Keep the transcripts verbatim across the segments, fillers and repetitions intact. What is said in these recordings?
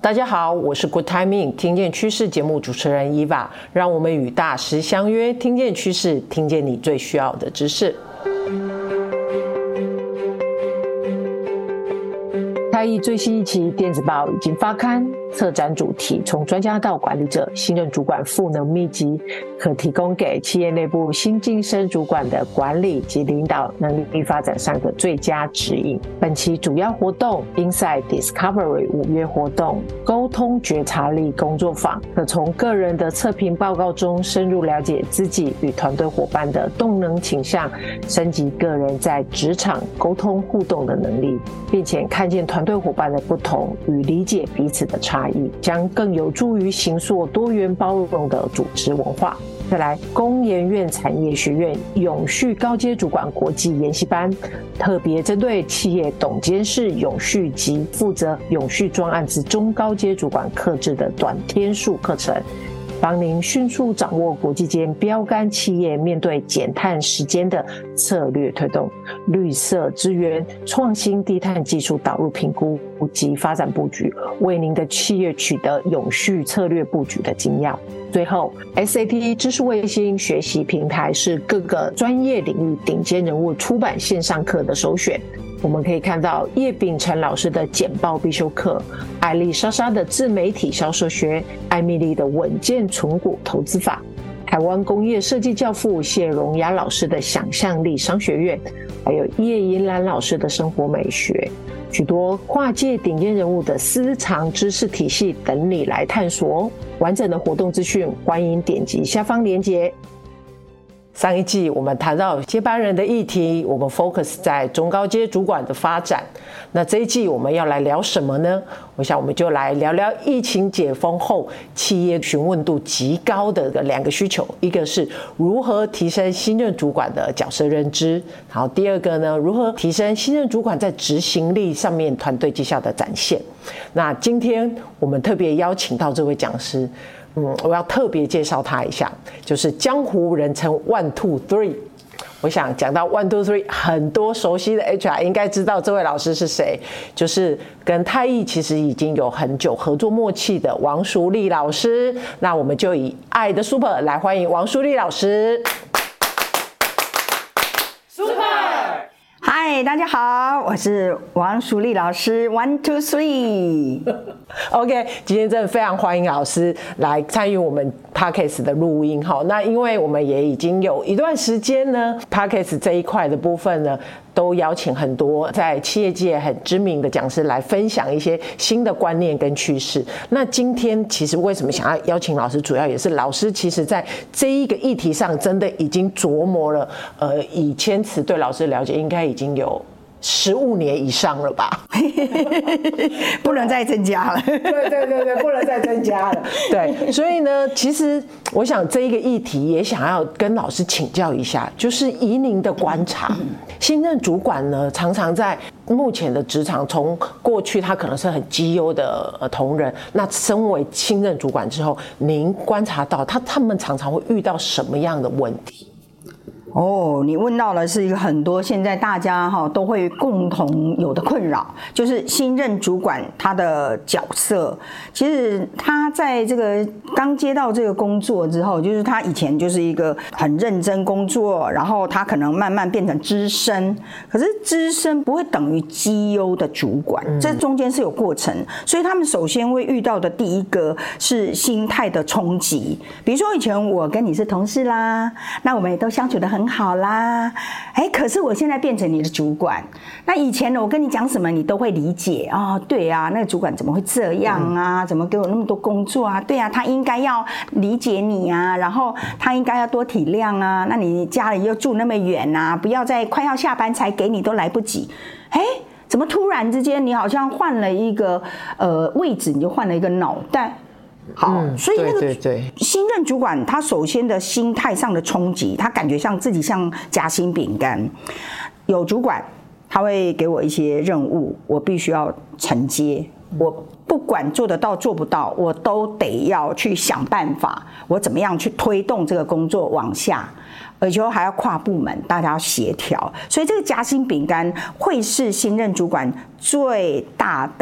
大家好，我是 Good Timing 听见趋势节目主持人 Eva， 让我们与大师相约，听见趋势，听见你最需要的知识。太毅最新一期电子报已经发刊，策展主题从专家到管理者，新任主管赋能秘籍，可提供给企业内部新晋升主管的管理及领导能力发展上的最佳指引。本期主要活动 Insight Discovery 五月活动，沟通觉察力工作坊，可从个人的测评报告中深入了解自己与团队伙伴的动能倾向，升级个人在职场沟通互动的能力，并且看见团队伙伴的不同与理解彼此的差异，将更有助于形塑多元包容的组织文化。再来，工研院产业学院永续高阶主管国际研习班，特别针对企业董监事永续及负责永续专案之中高阶主管客制的短天数课程，帮您迅速掌握国际间标杆企业面对减碳时间的策略推动、绿色资源、创新低碳技术导入评估及发展布局，为您的企业取得永续策略布局的精要。最后 S A P 知识卫星学习平台是各个专业领域顶尖人物出版线上课的首选。我们可以看到叶秉成老师的简报必修课，艾丽莎莎的自媒体销售学，艾米丽的稳健存股投资法，台湾工业设计教父谢荣雅老师的想象力商学院，还有叶银兰老师的生活美学，许多跨界顶尖人物的私藏知识体系等你来探索。完整的活动资讯欢迎点击下方连结。上一季我们谈到接班人的议题，我们 focus 在中高阶主管的发展。那这一季我们要来聊什么呢？我想我们就来聊聊疫情解封后企业询问度极高的两个需求，一个是如何提升新任主管的角色认知，然后第二个呢，如何提升新任主管在执行力上面团队绩效的展现。那今天我们特别邀请到这位讲师，嗯，我要特别介绍他一下，就是江湖人称 One Two Three。我想讲到 One Two Three， 很多熟悉的 H R 应该知道这位老师是谁，就是跟太毅其实已经有很久合作默契的王淑丽老师。那我们就以爱的 Super 来欢迎王淑丽老师。 嗨，大家好，我是王淑丽老师 One Two Three。OK， 今天真的非常欢迎老师来参与我们 Podcast 的录音。好，那因为我们也已经有一段时间呢 ，Podcast 这一块的部分呢，都邀请很多在企业界很知名的讲师来分享一些新的观念跟趋势。那今天其实为什么想要邀请老师，主要也是老师其实在这一个议题上真的已经琢磨了，呃，以千词对老师的了解应该已经有十五年以上了吧？ 不能再增加了。 对对对对，不能再增加了。对，所以呢，其实我想这一个议题也想要跟老师请教一下，就是以您的观察，新任主管呢，常常在目前的职场，从过去他可能是很绩优的呃同仁，那身为新任主管之后，您观察到他他们常常会遇到什么样的问题？ 哦，你问到的是一个很多现在大家哈都会共同有的困扰，就是新任主管他的角色。其实他在这个刚接到这个工作之后，就是他以前就是一个很认真工作，然后他可能慢慢变成资深，可是资深不会等于绩优的主管，这中间是有过程，所以他们首先会遇到的第一个是心态的冲击。比如说以前我跟你是同事啦，那我们也都相处得很好啦，哎，可是我现在变成你的主管，那以前呢，我跟你讲什么你都会理解啊、哦，对啊，那个主管怎么会这样啊？怎么给我那么多工作啊？对啊，他应该要理解你啊，然后他应该要多体谅啊。那你家里又住那么远啊，不要在快要下班才给你都来不及。哎，怎么突然之间你好像换了一个呃位置，你就换了一个脑袋？好，嗯、所以那个新任主管他首先的心态上的冲击，他感觉像自己像夹心饼干。有主管他会给我一些任务，我必须要承接，我不管做得到做不到，我都得要去想办法，我怎么样去推动这个工作往下，而且还要跨部门，大家要协调。所以这个夹心饼干会是新任主管最大的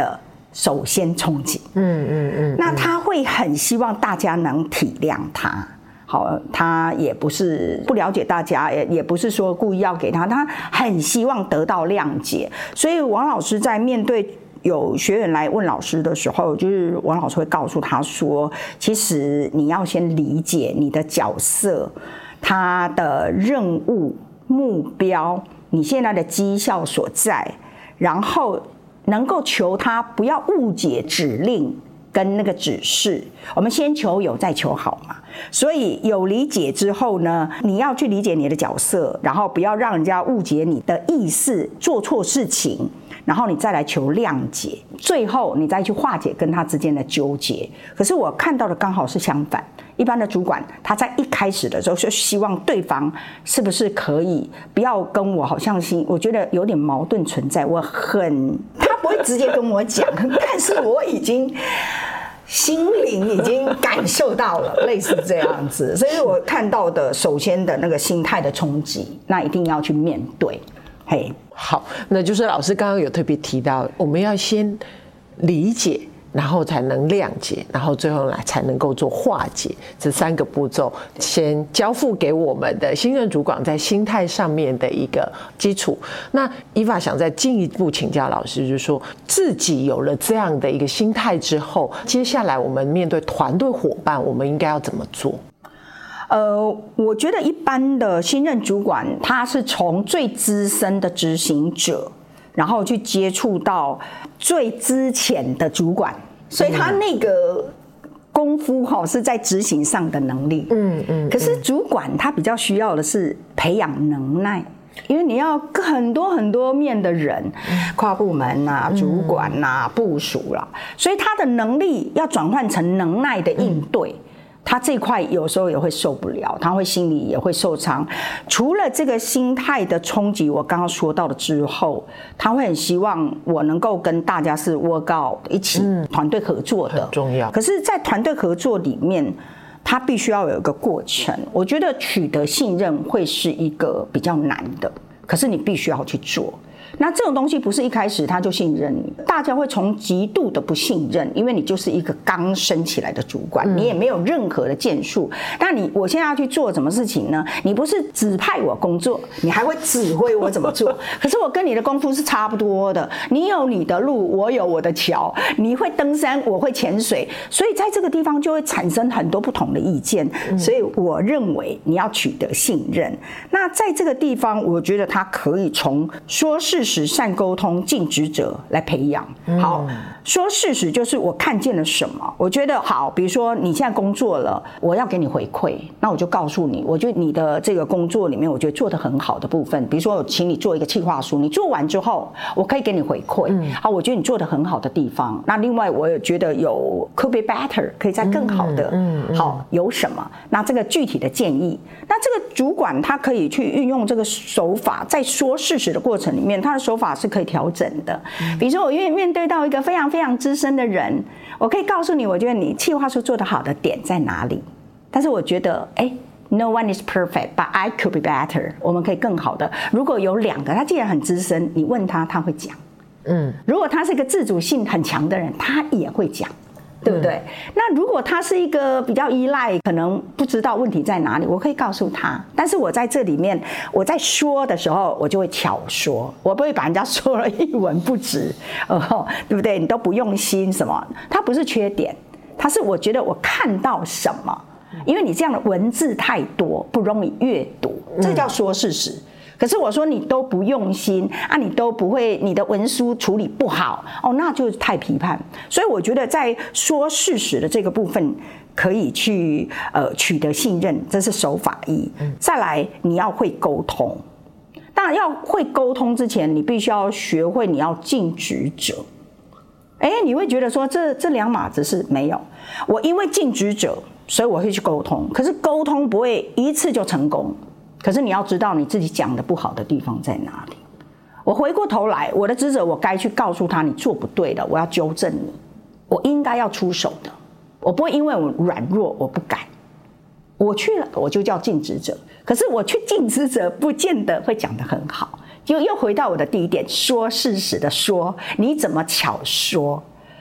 首先冲击。 嗯嗯嗯， 那他会很希望大家能体谅他。好，他也不是不了解大家，也也不是说故意要给他，他很希望得到谅解。所以王老师在面对有学员来问老师的时候，就是王老师会告诉他说，其实你要先理解你的角色，他的任务目标，你现在的绩效所在，然后能够求他不要误解指令跟那个指示，我们先求有再求好嘛。所以有理解之后呢，你要去理解你的角色，然后不要让人家误解你的意思，做错事情，然后你再来求谅解，最后你再去化解跟他之间的纠结。可是我看到的刚好是相反，一般的主管他在一开始的时候就希望对方是不是可以不要跟我好像是我觉得有点矛盾存在，我很他不会直接跟我讲，但是我已经心灵已经感受到了类似这样子，所以我看到的首先的那个心态的冲击，那一定要去面对。嘿， 好，那就是老师刚刚有特别提到，我们要先理解，然后才能谅解，然后最后来才能够做化解，这三个步骤先交付给我们的新任主管在心态上面的一个基础。那伊娃想再进一步请教老师，就是说自己有了这样的一个心态之后，接下来我们面对团队伙伴，我们应该要怎么做？ 呃，我觉得一般的新任主管，他是从最资深的执行者，然后去接触到最资浅的主管，所以他那个功夫哈是在执行上的能力。嗯嗯。可是主管他比较需要的是培养能耐，因为你要很多很多面的人，跨部门啊、主管啊、部属啦，所以他的能力要转换成能耐的应对。他这块有时候也会受不了，他会心里也会受伤。除了这个心态的冲击，我刚刚说到了之后，他会很希望我能够跟大家是 work out 一起团队合作的， 很重要。 可是，在团队合作里面，他必须要有一个过程。我觉得取得信任会是一个比较难的，可是你必须要去做。那这种东西不是一开始他就信任你，大家会从极度的不信任，因为你就是一个刚升起来的主管，你也没有任何的建树。那你我现在要去做什么事情呢？你不是指派我工作，你还会指挥我怎么做。可是我跟你的功夫是差不多的，你有你的路，我有我的桥，你会登山，我会潜水，所以在这个地方就会产生很多不同的意见。所以我认为你要取得信任。那在这个地方，我觉得他可以从说事实、善沟通、尽职责来培养。好，说事实就是我看见了什么，我觉得好，比如说你现在工作了，我要给你回馈，那我就告诉你，我觉得你的这个工作里面，我觉得做得很好的部分，比如说我请你做一个企划书，你做完之后，我可以给你回馈。嗯、好，我觉得你做得很好的地方。那另外我也觉得有 could be better， 可以再更好的。嗯嗯、好，有什么？那这个具体的建议，那这个主管他可以去运用这个手法，在说事实的过程里面，他的手法是可以调整的。嗯、比如说，我因为面对到一个非常非常资深的人，我可以告诉你，我觉得你企划书做得好的点在哪里。但是我觉得，哎 ，No one is perfect, but I could be better。我们可以更好的。如果有两个，他既然很资深，你问他，他会讲。嗯，如果他是一个自主性很强的人，他也会讲。对不对？嗯、那如果他是一个比较依赖，可能不知道问题在哪里，我可以告诉他。但是我在这里面，我在说的时候，我就会巧说，我不会把人家说了一文不值，哦，对不对？你都不用心什么？它不是缺点，它是我觉得我看到什么，因为你这样的文字太多，不容易阅读，这叫说事实。嗯可是我说你都不用心啊，你都不会，你的文书处理不好哦，那就太批判。所以我觉得在说事实的这个部分，可以去呃取得信任，这是手法一。再来，你要会沟通。当然要会沟通之前，你必须要学会你要尽职责。哎，你会觉得说这这两码子是没有。我因为尽职责，所以我会去沟通。可是沟通不会一次就成功。可是你要知道你自己讲的不好的地方在哪里。我回过头来，我的职责我该去告诉他你做不对的，我要纠正你，我应该要出手的。我不会因为我软弱我不敢，我去了我就叫尽职责。可是我去尽职责，不见得会讲得很好。就又回到我的第一点，说事实的说，你怎么巧说？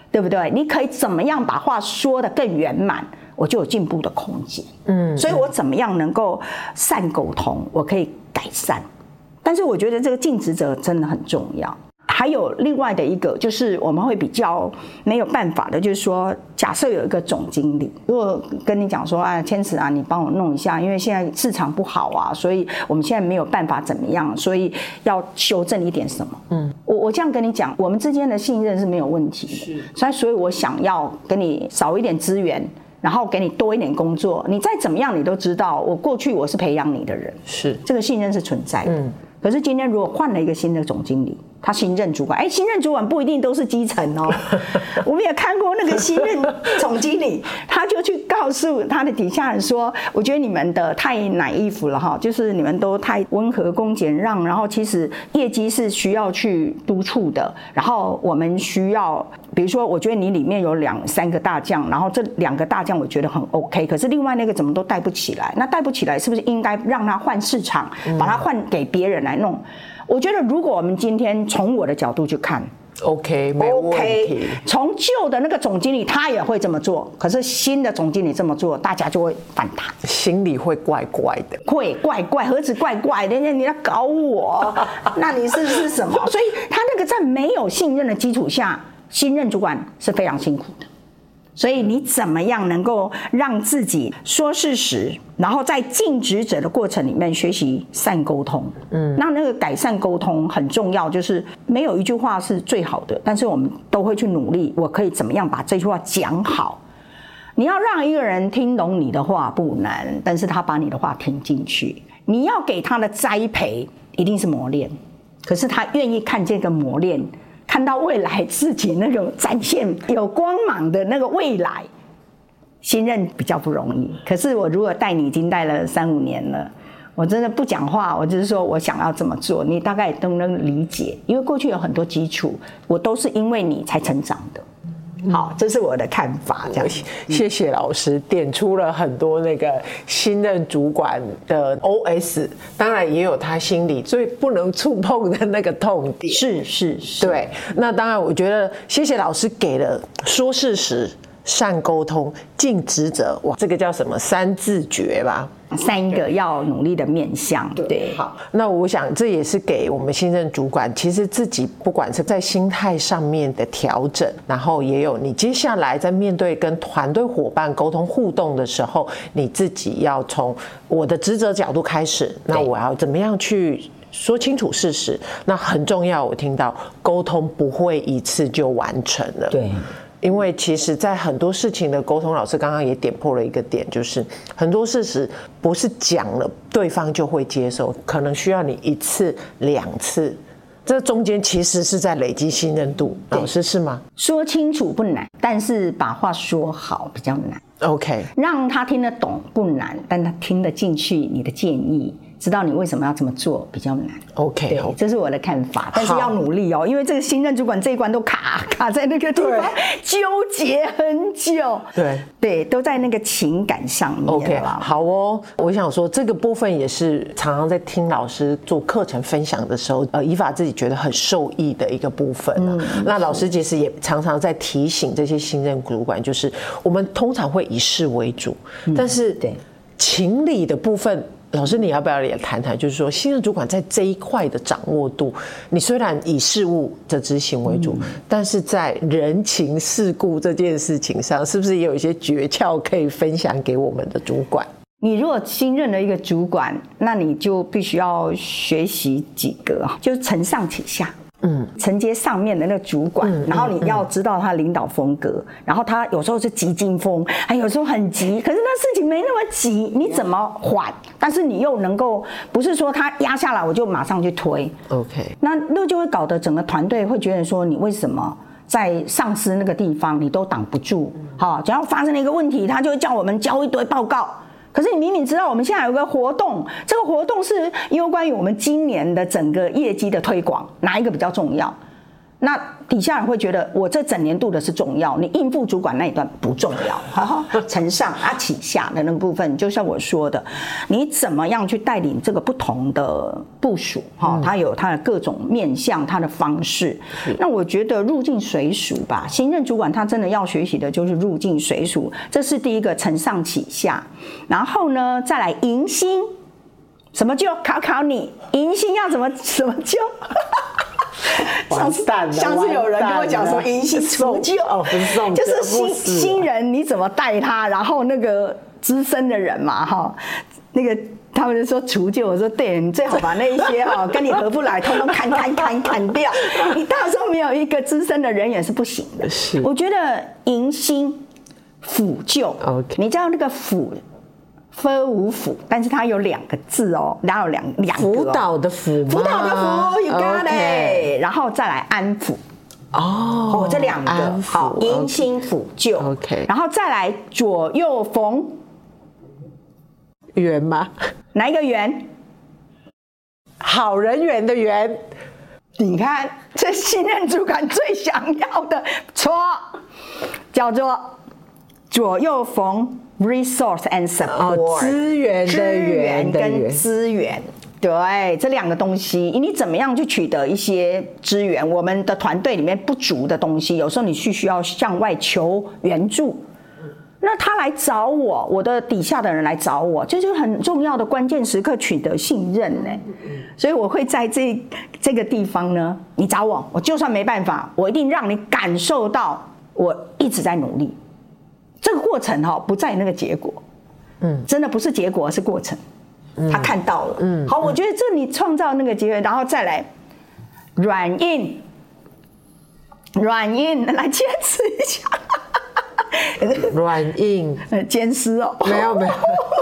对不对？你可以怎么样把话说得更圆满，我就有进步的空间。嗯，所以我怎么样能够善沟通，我可以改善。但是我觉得这个尽职责真的很重要。还有另外的一个，就是我们会比较没有办法的，就是说，假设有一个总经理，如果跟你讲说，啊，千慈啊，你帮我弄一下，因为现在市场不好啊，所以我们现在没有办法怎么样，所以要修正一点什么。嗯，我我这样跟你讲，我们之间的信任是没有问题的，是，所以所以我想要跟你少一点资源，然后给你多一点工作，你再怎么样，你都知道，我过去我是培养你的人，是这个信任是存在的。嗯，可是今天如果换了一个新的总经理，他新任主管，哎，新任主管不一定都是基层哦。我们也看过那个新任总经理，他就去告诉他的底下人说：“我觉得你们的太naive了哈，就是你们都太温和恭俭让，然后其实业绩是需要去督促的，然后我们需要，比如说，我觉得你里面有两三个大将，然后这两个大将我觉得很 OK， 可是另外那个怎么都带不起来，那带不起来是不是应该让他换市场，把他换给别人来弄？”我觉得，如果我们今天从我的角度去看 ，OK， 没问题。 从旧的那个总经理他也会这么做，可是新的总经理这么做，大家就会反弹， 心里会怪怪的。 会怪怪，何止怪怪的？你要搞我，那你是是什么？所以他那个在没有信任的基础下，新任主管是非常辛苦的。所以你怎么样能够让自己说事实，然后在尽职者的过程里面学习善沟通？嗯，那那个改善沟通很重要，就是没有一句话是最好的，但是我们都会去努力，我可以怎么样把这句话讲好？你要让一个人听懂你的话不难，但是他把你的话听进去，你要给他的栽培一定是磨练，可是他愿意看这个磨练。看到未来自己那种展现有光芒的那个未来，新任比较不容易。可是我如果带你已经带了三五年了，我真的不讲话，我就是说我想要这么做，你大概都能理解，因为过去有很多基础，我都是因为你才成长的。好，这是我的看法。这样， 谢谢老师点出了很多那个新任主管的 O S， 当然也有他心里最不能触碰的那个痛点。 是是是， 对。那当然，我觉得谢谢老师给了说事实、善沟通、尽职责，哇，这个叫什么三字诀吧？ 三个要努力的面向。对， 好，那我想这也是给我们新任主管，其实自己不管是在心态上面的调整，然后也有你接下来在面对跟团队伙伴沟通互动的时候，你自己要从我的职责角度开始，那我要怎么样去说清楚事实？那很重要，我听到沟通不会一次就完成了。 对。 因为其实在很多事情的沟通，老师刚刚也点破了一个点，就是很多事实不是讲了对方就会接受，可能需要你一次两次，这中间其实是在累积信任度。老师是吗？ 说清楚不难，但是把话说好比较难。 OK， 让他听得懂不难，但他听得进去你的建议，知道你为什么要这么做比较难。 OK， 对，这是我的看法，但是要努力哦，因为这个新任主管这一关都卡卡在那个地方，纠结很久。 对对，都在那个情感上面。 OK， 好哦。我想说这个部分也是常常在听老师做课程分享的时候，呃，依法自己觉得很受益的一个部分啊。嗯，那老师其实也常常在提醒这些新任主管，就是我们通常会以事为主，嗯，但是对情理的部分，老师你要不要也谈谈？就是说，新任主管在这一块的掌握度，你虽然以事务的执行为主，嗯，但是在人情世故这件事情上，是不是也有一些诀窍可以分享给我们的主管？ 你如果新任了一个主管，那你就必须要学习几个，就是承上启下。嗯，承接上面的那个主管，嗯，然后你要知道他的领导风格，嗯，然后他有时候是急惊风，还有时候很急，可是那事情没那么急，你怎么缓？但是你又能够不是说他压下来我就马上去推 ，OK， 那那就会搞得整个团队会觉得说你为什么在上司那个地方你都挡不住？好，只要发生了一个问题，他就会叫我们交一堆报告。可是你明明知道我们现在有个活动，这个活动是攸关于我们今年的整个业绩的推广，哪一个比较重要？ 那底下人会觉得我这整年度的是重要，你应付主管那一段不重要。承上啊启下的那个部分，就像我说的，你怎么样去带领这个不同的部署？哈，它有它的各种面向，它的方式。那我觉得入境随俗吧，新任主管他真的要学习的就是入境随俗，这是第一个承上启下。然后呢，再来迎新，什么就考考你，迎新要怎么怎么就。 上次上次有人跟我讲说迎新除旧， 哦，不是送， 就是新新人你怎么带他，然后那个资深的人嘛，哈，那个他们就说除旧，我说对，你最好把那一些哈跟你合不来，通通砍砍砍砍掉，你到时候没有一个资深的人员是不行的。 是， 我觉得迎新辅旧 ，OK， 你知道那个辅。科五辅，但是它有两个字哦，哪有两两个、哦？ 辅导的辅， 辅导的辅 ，you got it， 然后再来安抚。 哦， 哦，这两个好，迎新辅旧 ，OK， 然后再来左右逢源吗？ 哪一个源？ 好人缘的缘。 你看，这新任主管最想要的，错，叫做左右逢。resource and support， 哦，资源的源跟资源，对，这两个东西，你怎么样去取得一些资源？我们的团队里面不足的东西，有时候你需需要向外求援助。那他来找我，我的底下的人来找我，这就是很重要的关键时刻取得信任呢。所以我会在这这个地方呢，你找我，我就算没办法，我一定让你感受到我一直在努力。这个过程哈、哦，不在那个结果，嗯，真的不是结果，而是过程。嗯、他看到了，嗯，好，我觉得这你创造那个结果，然后再来软硬，软硬来坚持一下， 软硬， 坚持哦， 没有没有，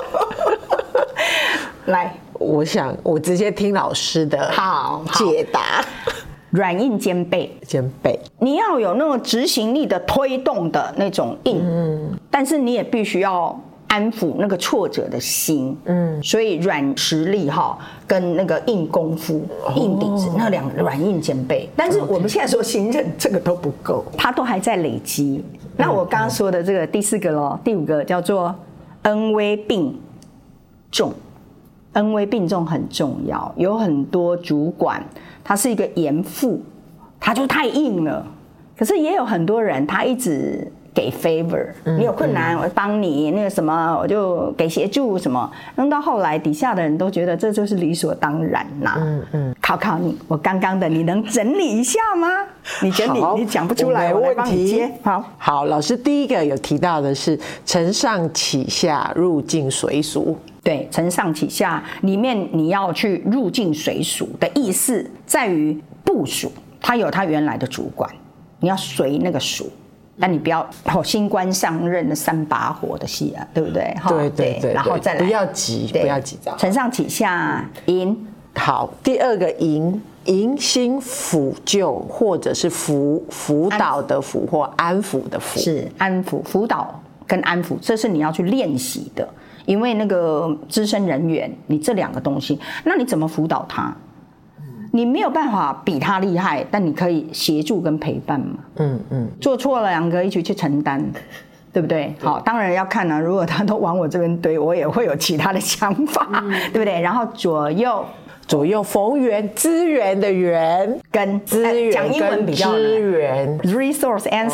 来， 我想我直接听老师的好解答。 软硬兼备， 兼备，你要有那种执行力的推动的那种硬，嗯，但是你也必须要安抚那个挫折的心，嗯，所以软实力哈跟那个硬功夫、哦、硬底子那两个软硬兼备。但是我们现在说新任这个都不够，它都还在累积。那我刚刚说的这个第四个咯，第五个叫做恩威并重，恩威并重很重要，有很多主管。他是一个严父，他就太硬了。可是也有很多人，他一直给 favor，、嗯、你有困难、嗯、我帮你，那个什么我就给协助什么。弄到后来，底下的人都觉得这就是理所当然啦。嗯嗯，考考你，我刚刚的你能整理一下吗？你整理，你讲不出来，我来帮你接。好， 好，老师第一个有提到的是承上启下，入境随俗。 对，承上启下里面你要去入境随俗的意思在于部属，他有他原来的主管，你要随那个属，但你不要哦新官上任的三把火的戏啊，对不对？ 对对 对, 对， 然后再来不要急，不要急躁， 承上启下迎。 好，第二个迎迎新辅救，或者是辅辅导的辅或安抚的辅， 是安抚辅导跟安抚，这是你要去练习的。因为那个资深人员，你这两个东西，那你怎么辅导他？你没有办法比他厉害，但你可以协助跟陪伴嘛。嗯嗯，做错了两个一起去承担，对不对？好，当然要看啊，如果他都往我这边堆，我也会有其他的想法，嗯、对不对？然后左右。 左右逢源，资源的源跟资源讲英文比较资源 ，resource and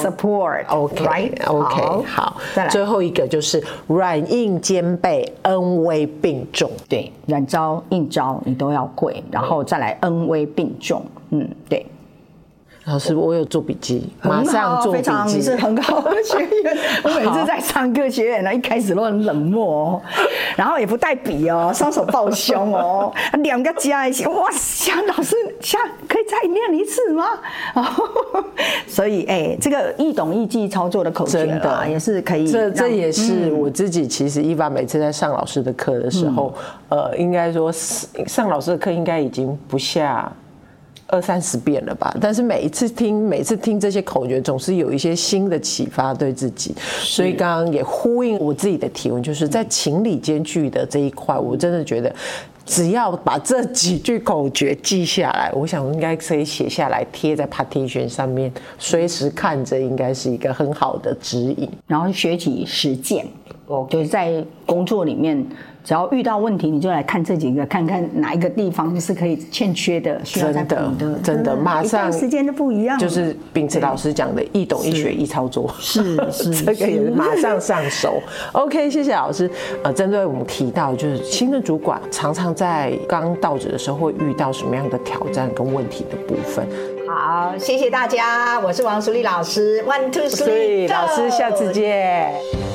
support。OK，right， 好，再来最后一个就是软硬兼备，恩威并重。 对，软招硬招你都要会，然后再来恩威并重。嗯，对。 老师，我有做笔记，马上做笔记。 非常，你是很好的学员。我每次在上课，学员呢一开始都很冷漠哦，然后也不带笔哦，双手抱胸哦，两个加一起，哇塞，老师，下可以再念一次吗？所以，哎、欸，这个易懂易记操作的口诀啊，也是可以。 这这也是我自己，其实伊凡每次在上老师的课的时候，嗯、呃，应该说上老师的课应该已经不下。二三十遍了吧，但是每一次听，每次听这些口诀，总是有一些新的启发对自己。所以刚刚也呼应我自己的提问，就是在情理兼具的这一块，我真的觉得只要把这几句口诀记下来，我想应该可以写下来贴在 partition 上面，随时看着应该是一个很好的指引。 然后学习实践，就是在工作里面，只要遇到问题，你就来看这几个，看看哪一个地方是可以欠缺的，需要再补的。 真的，马上时间都不一样， 就是秉持老师讲的“易懂易学易操作”， 是是， 这个也是马上上手。OK， 谢谢老师。呃，针对我们提到，就是新任主管常常在刚到职的时候会遇到什么样的挑战跟问题的部分。 好，谢谢大家，我是王淑丽老师 ，One Two Three， 老师下次见。